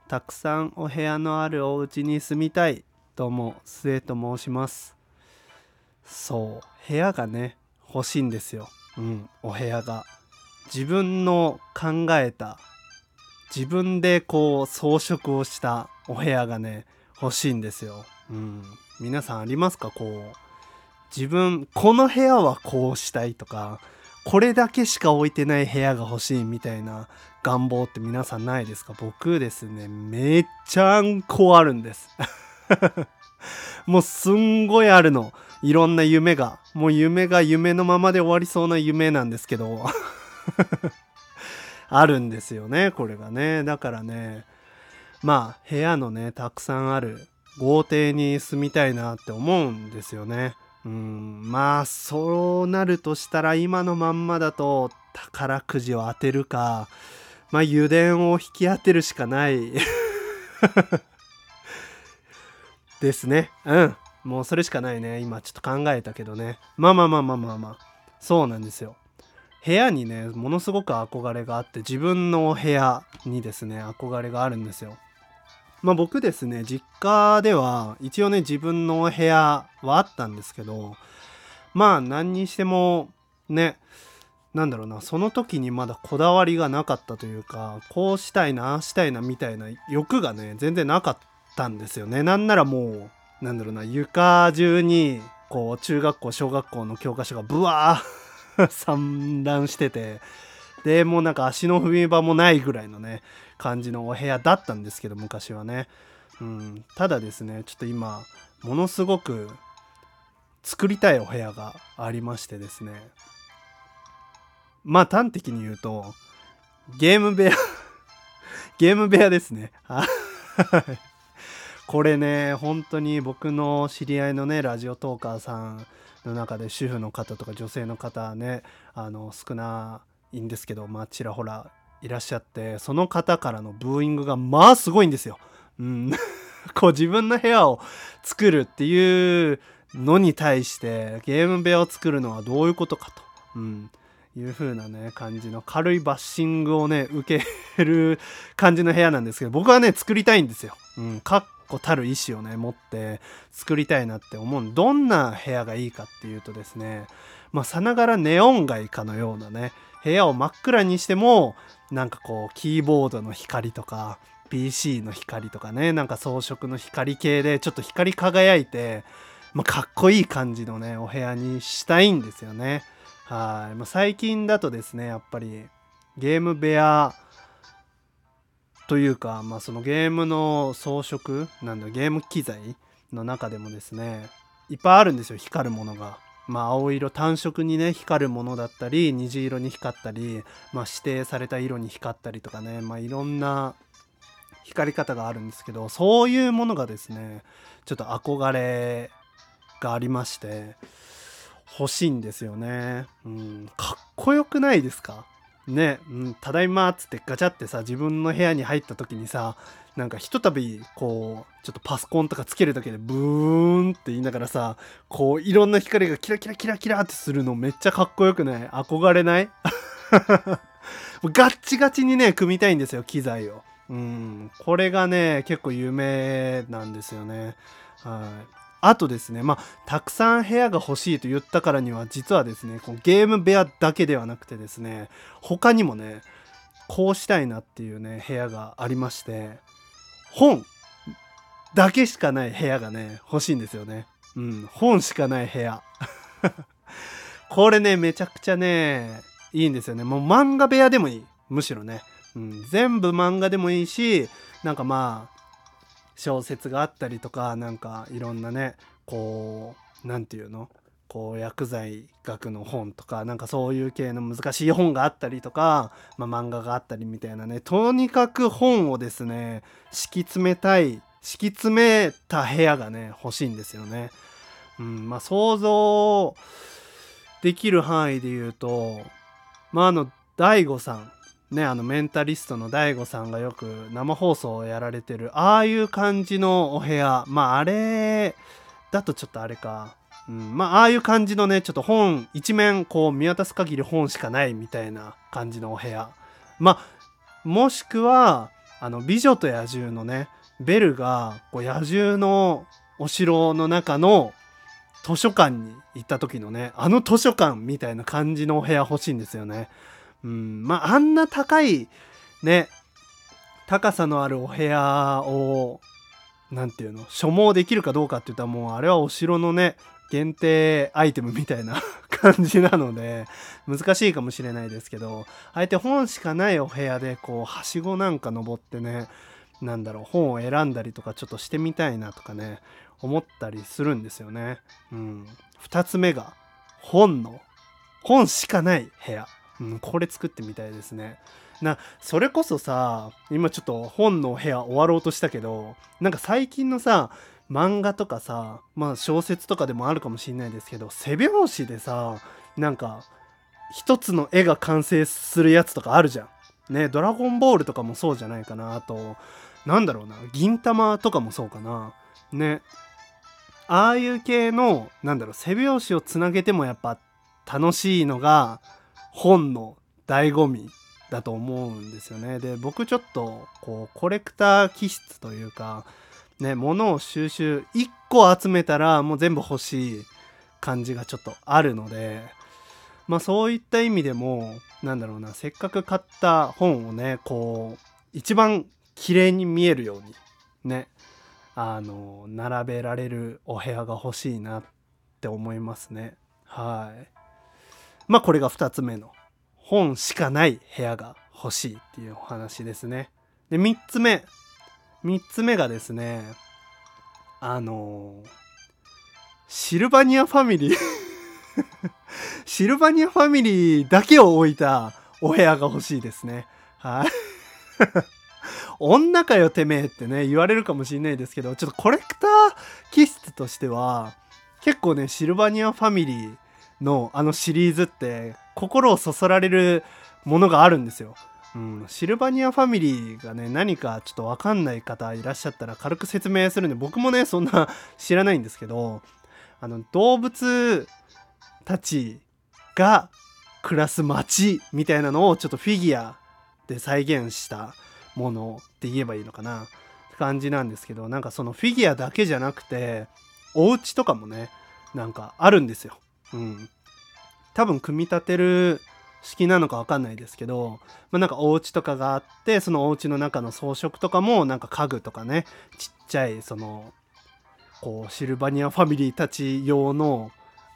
たくさんお部屋のあるお家に住みたい。どうも、末と申します。そう、部屋がね、欲しいんですよ。お部屋が。自分の考えた、自分でこう装飾をしたお部屋がね、欲しいんですよ。皆さんありますか？自分、この部屋はこうしたいとか、これだけしか置いてない部屋が欲しいみたいな願望って皆さんないですか？僕ですね、めっちゃんこあるんです。もうすんごいあるの。いろんな夢が。もう夢が夢のままで終わりそうな夢なんですけど。あるんですよね、これがね。だからね、まあ部屋のね、たくさんある豪邸に住みたいなって思うんですよね。まあそうなるとしたら今のまんまだと宝くじを当てるか、まあ油田を引き当てるしかないですね。もうそれしかないね。今ちょっと考えたけどね。まあ。そうなんですよ。部屋にね、ものすごく憧れがあって、自分の部屋にですね、憧れがあるんですよ。まあ僕ですね、実家では一応ね、自分の部屋はあったんですけど、まあ何にしてもね、なんだろうな、その時にまだこだわりがなかったというか、こうしたいな、ああしたいなみたいな欲がね、全然なかったんですよね。なんならもう、なんだろうな、床中に、こう、中学校、小学校の教科書がブワー散乱してて、で、もうなんか足の踏み場もないぐらいのね、感じのお部屋だったんですけど、昔はね。ただですね、ちょっと今、ものすごく作りたいお部屋がありましてですね。まあ端的に言うと、ゲーム部屋ゲーム部屋ですね。これね、本当に僕の知り合いのね、ラジオトーカーさんの中で主婦の方とか女性の方ね、少ないんですけど、まあちらほらいらっしゃって、その方からのブーイングがまあすごいんですよ。こう自分の部屋を作るっていうのに対してゲーム部屋を作るのはどういうことかと。いう風なね感じの軽いバッシングをね受ける感じの部屋なんですけど、僕はね作りたいんですよ。確固たる意志をね持って作りたいなって思う。どんな部屋がいいかっていうとですね、まあさながらネオン街かのようなね、部屋を真っ暗にしてもなんかこうキーボードの光とか PC の光とかね、なんか装飾の光系でちょっと光り輝いて、まあ、かっこいい感じのねお部屋にしたいんですよね。はい、まあ、最近だとですね、やっぱりゲーム部屋というか、まあそのゲームの装飾ゲーム機材の中でもですね、いっぱいあるんですよ、光るものが。まあ青色単色にね光るものだったり、虹色に光ったり、まあ指定された色に光ったりとかね、まあいろんな光り方があるんですけど、そういうものがですね、ちょっと憧れがありまして、欲しいんですよね。かっこよくないですかね。ただいまっつってガチャってさ、自分の部屋に入った時にさ、なんかひとたびこうちょっとパソコンとかつけるだけでブーンって言いながらさ、こういろんな光がキラキラキラキラってするのめっちゃかっこよくない？憧れない？ガッチガチにね組みたいんですよ、機材を。これがね結構有名なんですよね。はい。あとですね、まあたくさん部屋が欲しいと言ったからには、実はですね、こうゲーム部屋だけではなくてですね、他にもねこうしたいなっていうね部屋がありまして、本だけしかない部屋がね欲しいんですよね。本しかない部屋。これねめちゃくちゃねいいんですよね。もう漫画部屋でもいい、むしろね。全部漫画でもいいし、なんかまあ小説があったりとか、なんかいろんなねこうなんていうの、こう薬剤学の本とか、なんかそういう系の難しい本があったりとか、まあ、漫画があったりみたいなね、とにかく本をですね敷き詰めた部屋がね欲しいんですよね。まあ想像できる範囲で言うと、まあ大悟さんね、メンタリストの大悟さんがよく生放送をやられてるああいう感じのお部屋、まああれだとちょっとあれか、まあああいう感じのね、ちょっと本一面こう見渡す限り本しかないみたいな感じのお部屋、まあもしくは美女と野獣のね、ベルがこう野獣のお城の中の図書館に行った時のね、図書館みたいな感じのお部屋欲しいんですよね。まああんな高いね、高さのあるお部屋をなんていうの、所望できるかどうかって言ったら、もうあれはお城のね、限定アイテムみたいな感じなので難しいかもしれないですけど、あえて本しかないお部屋でこうはしごなんか登ってね、なんだろう、本を選んだりとかちょっとしてみたいなとかね、思ったりするんですよね。2つ目が本しかない部屋、これ作ってみたいですね。それこそさ、今ちょっと本の部屋終わろうとしたけど、なんか最近のさ漫画とかさ、まあ小説とかでもあるかもしれないですけど、背表紙でさ、なんか一つの絵が完成するやつとかあるじゃんね。ドラゴンボールとかもそうじゃないかな。あとなんだろうな、銀魂とかもそうかなね。ああいう系のなんだろう、背表紙をつなげてもやっぱ楽しいのが本の醍醐味だと思うんですよね。で、僕ちょっとこうコレクター気質というかね、物を1個集めたらもう全部欲しい感じがちょっとあるので、まあそういった意味でもなんだろうな、せっかく買った本をね、こう一番綺麗に見えるようにね、並べられるお部屋が欲しいなって思いますね。はい。まあこれが2つ目の本しかない部屋が欲しいっていうお話ですね。で、3つ目がですね、シルバニアファミリーシルバニアファミリーだけを置いたお部屋が欲しいですね。はい。女かよてめえってね言われるかもしれないですけど、ちょっとコレクター気質としては結構ね、シルバニアファミリーのシリーズって心をそそられるものがあるんですよ。シルバニアファミリーがね、何かちょっと分かんない方いらっしゃったら軽く説明するんで、僕もねそんな知らないんですけど、動物たちが暮らす街みたいなのをちょっとフィギュアで再現したものって言えばいいのかなって感じなんですけど、なんかそのフィギュアだけじゃなくてお家とかもね、なんかあるんですよ。多分組み立てる式なのか分かんないですけど、なんかお家とかがあって、そのお家の中の装飾とかもなんか家具とかね、ちっちゃいそのこうシルバニアファミリーたち用の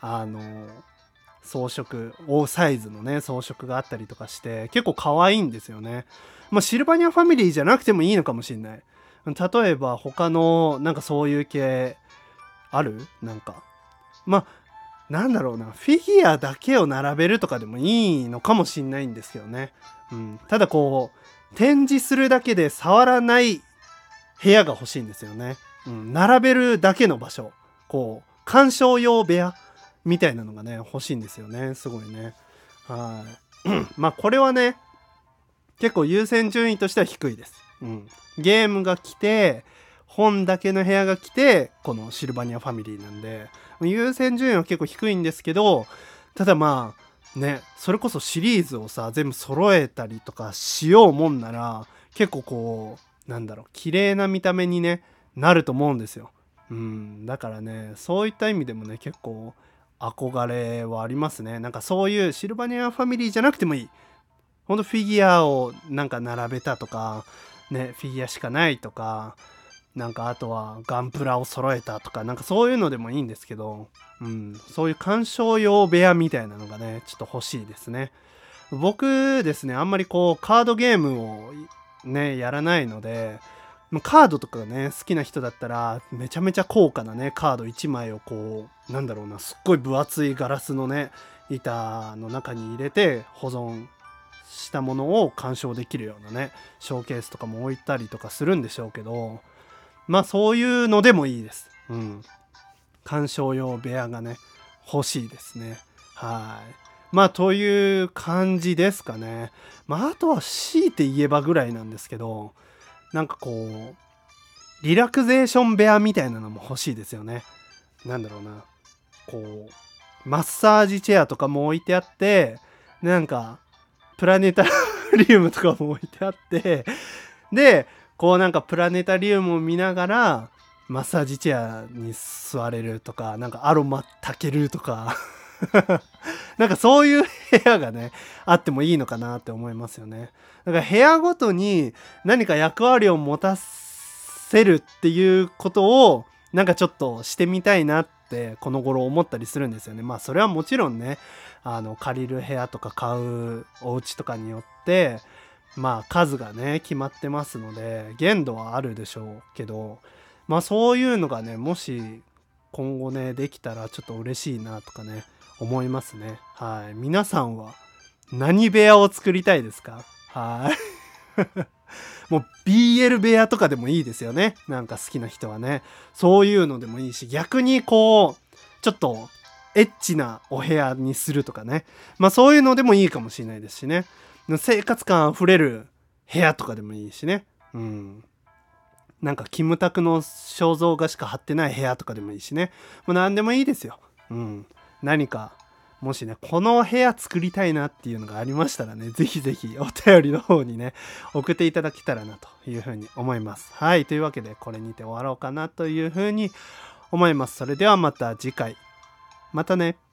装飾大サイズのね装飾があったりとかして結構可愛いんですよね。シルバニアファミリーじゃなくてもいいのかもしれない。例えば他のなんかそういう系ある？なんかなんだろうな、フィギュアだけを並べるとかでもいいのかもしれないんですけどね。ただこう展示するだけで触らない部屋が欲しいんですよね。並べるだけの場所、こう鑑賞用部屋みたいなのがね欲しいんですよね。すごいね。はいこれはね結構優先順位としては低いです。ゲームが来て本だけの部屋が来てこのシルバニアファミリーなんで優先順位は結構低いんですけど、ただそれこそシリーズをさ全部揃えたりとかしようもんなら結構こうなんだろう、綺麗な見た目にねなると思うんですよ。だからね、そういった意味でもね結構憧れはありますね。なんかそういうシルバニアファミリーじゃなくてもいい、ほんとフィギュアをなんか並べたとかね、フィギュアしかないとか、なんかあとはガンプラを揃えたとか、なんかそういうのでもいいんですけど、そういう鑑賞用部屋みたいなのがねちょっと欲しいですね。僕ですね、あんまりこうカードゲームをねやらないので、カードとかね好きな人だったらめちゃめちゃ高価なねカード1枚をこうなんだろうな、すっごい分厚いガラスのね板の中に入れて保存したものを鑑賞できるようなねショーケースとかも置いたりとかするんでしょうけど、そういうのでもいいです。鑑賞用部屋がね欲しいですね。という感じですかね。あとは強いて言えばぐらいなんですけど、なんかこうリラクゼーション部屋みたいなのも欲しいですよね。なんだろうな、こうマッサージチェアとかも置いてあって、なんかプラネタリウムとかも置いてあって、 で、こうなんかプラネタリウムを見ながら、マッサージチェアに座れるとか、なんかアロマ炊けるとか、なんかそういう部屋がね、あってもいいのかなって思いますよね。だから部屋ごとに何か役割を持たせるっていうことを、なんかちょっとしてみたいなってこの頃思ったりするんですよね。まあそれはもちろんね、借りる部屋とか買うお家とかによって、まあ数がね、決まってますので、限度はあるでしょうけど、まあそういうのがね、もし今後ね、できたらちょっと嬉しいなとかね、思いますね。はい。皆さんは何部屋を作りたいですか？はい。もう BL 部屋とかでもいいですよね。なんか好きな人はね。そういうのでもいいし、逆にこう、ちょっとエッチなお部屋にするとかね。まあそういうのでもいいかもしれないですしね。生活感あふれる部屋とかでもいいしね。うん。なんかキムタクの肖像画しか貼ってない部屋とかでもいいしね。もう何でもいいですよ。うん。何か、もしね、この部屋作りたいなっていうのがありましたらね、ぜひぜひお便りの方にね、送っていただけたらなというふうに思います。はい。というわけで、これにて終わろうかなというふうに思います。それではまた次回。またね。